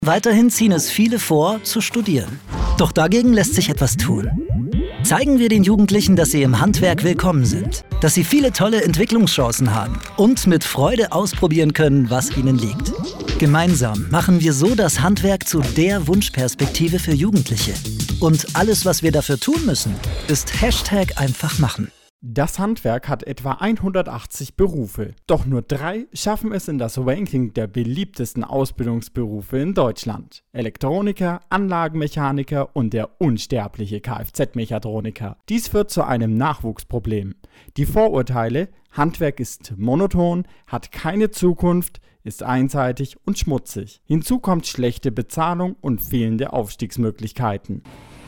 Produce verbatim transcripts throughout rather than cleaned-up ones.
Weiterhin ziehen es viele vor, zu studieren. Doch dagegen lässt sich etwas tun. Zeigen wir den Jugendlichen, dass sie im Handwerk willkommen sind, dass sie viele tolle Entwicklungschancen haben und mit Freude ausprobieren können, was ihnen liegt. Gemeinsam machen wir so das Handwerk zu der Wunschperspektive für Jugendliche. Und alles, was wir dafür tun müssen, ist Hashtag einfach machen. Das Handwerk hat etwa hundertachtzig Berufe, doch nur drei schaffen es in das Ranking der beliebtesten Ausbildungsberufe in Deutschland. Elektroniker, Anlagenmechaniker und der unsterbliche Kfz-Mechatroniker. Dies führt zu einem Nachwuchsproblem. Die Vorurteile, Handwerk ist monoton, hat keine Zukunft, ist einseitig und schmutzig. Hinzu kommt schlechte Bezahlung und fehlende Aufstiegsmöglichkeiten.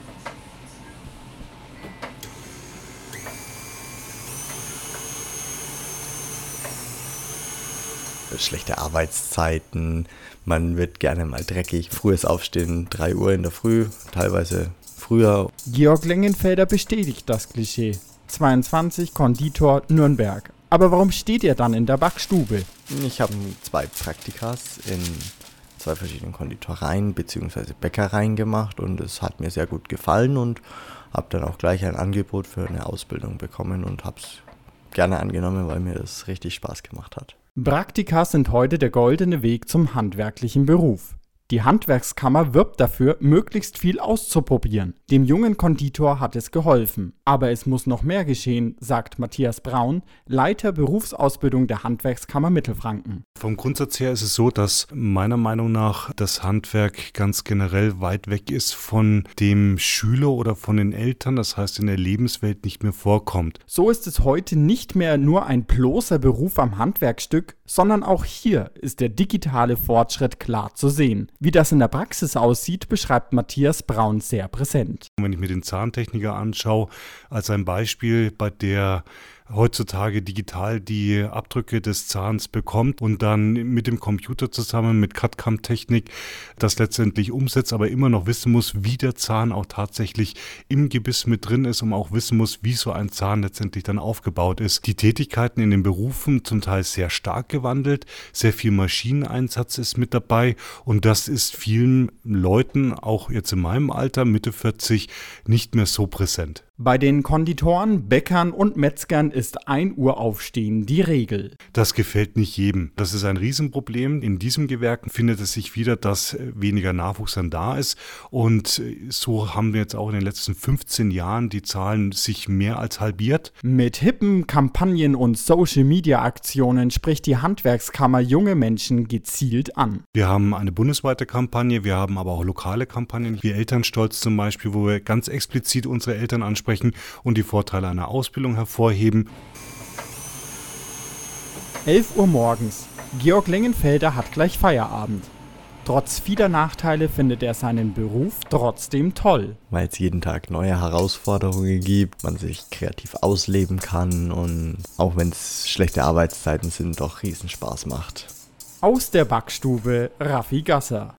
Schlechte Arbeitszeiten, man wird gerne mal dreckig, frühes Aufstehen, drei Uhr in der Früh, teilweise früher. Georg Lengenfelder bestätigt das Klischee. zweiundzwanzig, Konditor, Nürnberg. Aber warum steht er dann in der Backstube? Ich habe zwei Praktikas in zwei verschiedenen Konditoreien bzw. Bäckereien gemacht und es hat mir sehr gut gefallen und habe dann auch gleich ein Angebot für eine Ausbildung bekommen und habe es gerne angenommen, weil mir das richtig Spaß gemacht hat. Praktika sind heute der goldene Weg zum handwerklichen Beruf. Die Handwerkskammer wirbt dafür, möglichst viel auszuprobieren. Dem jungen Konditor hat es geholfen. Aber es muss noch mehr geschehen, sagt Matthias Braun, Leiter Berufsausbildung der Handwerkskammer Mittelfranken. Vom Grundsatz her ist es so, dass meiner Meinung nach das Handwerk ganz generell weit weg ist von dem Schüler oder von den Eltern, das heißt in der Lebenswelt nicht mehr vorkommt. So ist es heute nicht mehr nur ein bloßer Beruf am Handwerkstück, sondern auch hier ist der digitale Fortschritt klar zu sehen. Wie das in der Praxis aussieht, beschreibt Matthias Braun sehr präsent. Wenn ich mir den Zahntechniker anschaue, als ein Beispiel, bei der heutzutage digital die Abdrücke des Zahns bekommt und dann mit dem Computer zusammen mit C A D-C A M-Technik das letztendlich umsetzt, aber immer noch wissen muss, wie der Zahn auch tatsächlich im Gebiss mit drin ist und auch wissen muss, wie so ein Zahn letztendlich dann aufgebaut ist. Die Tätigkeiten in den Berufen zum Teil sehr stark gewandelt, sehr viel Maschineneinsatz ist mit dabei und das ist vielen Leuten, auch jetzt in meinem Alter, Mitte vierzig, nicht mehr so präsent. Bei den Konditoren, Bäckern und Metzgern ist ein Uhr aufstehen die Regel. Das gefällt nicht jedem. Das ist ein Riesenproblem. In diesem Gewerk findet es sich wieder, dass weniger Nachwuchs dann da ist. Und so haben wir jetzt auch in den letzten fünfzehn Jahren die Zahlen sich mehr als halbiert. Mit hippen Kampagnen und Social-Media-Aktionen spricht die Handwerkskammer junge Menschen gezielt an. Wir haben eine bundesweite Kampagne, wir haben aber auch lokale Kampagnen, wie Elternstolz zum Beispiel, wo wir ganz explizit unsere Eltern ansprechen und die Vorteile einer Ausbildung hervorheben. elf Uhr morgens. Georg Lengenfelder hat gleich Feierabend. Trotz vieler Nachteile findet er seinen Beruf trotzdem toll. Weil es jeden Tag neue Herausforderungen gibt, man sich kreativ ausleben kann und auch wenn es schlechte Arbeitszeiten sind, doch riesen Spaß macht. Aus der Backstube Raffi Gasser.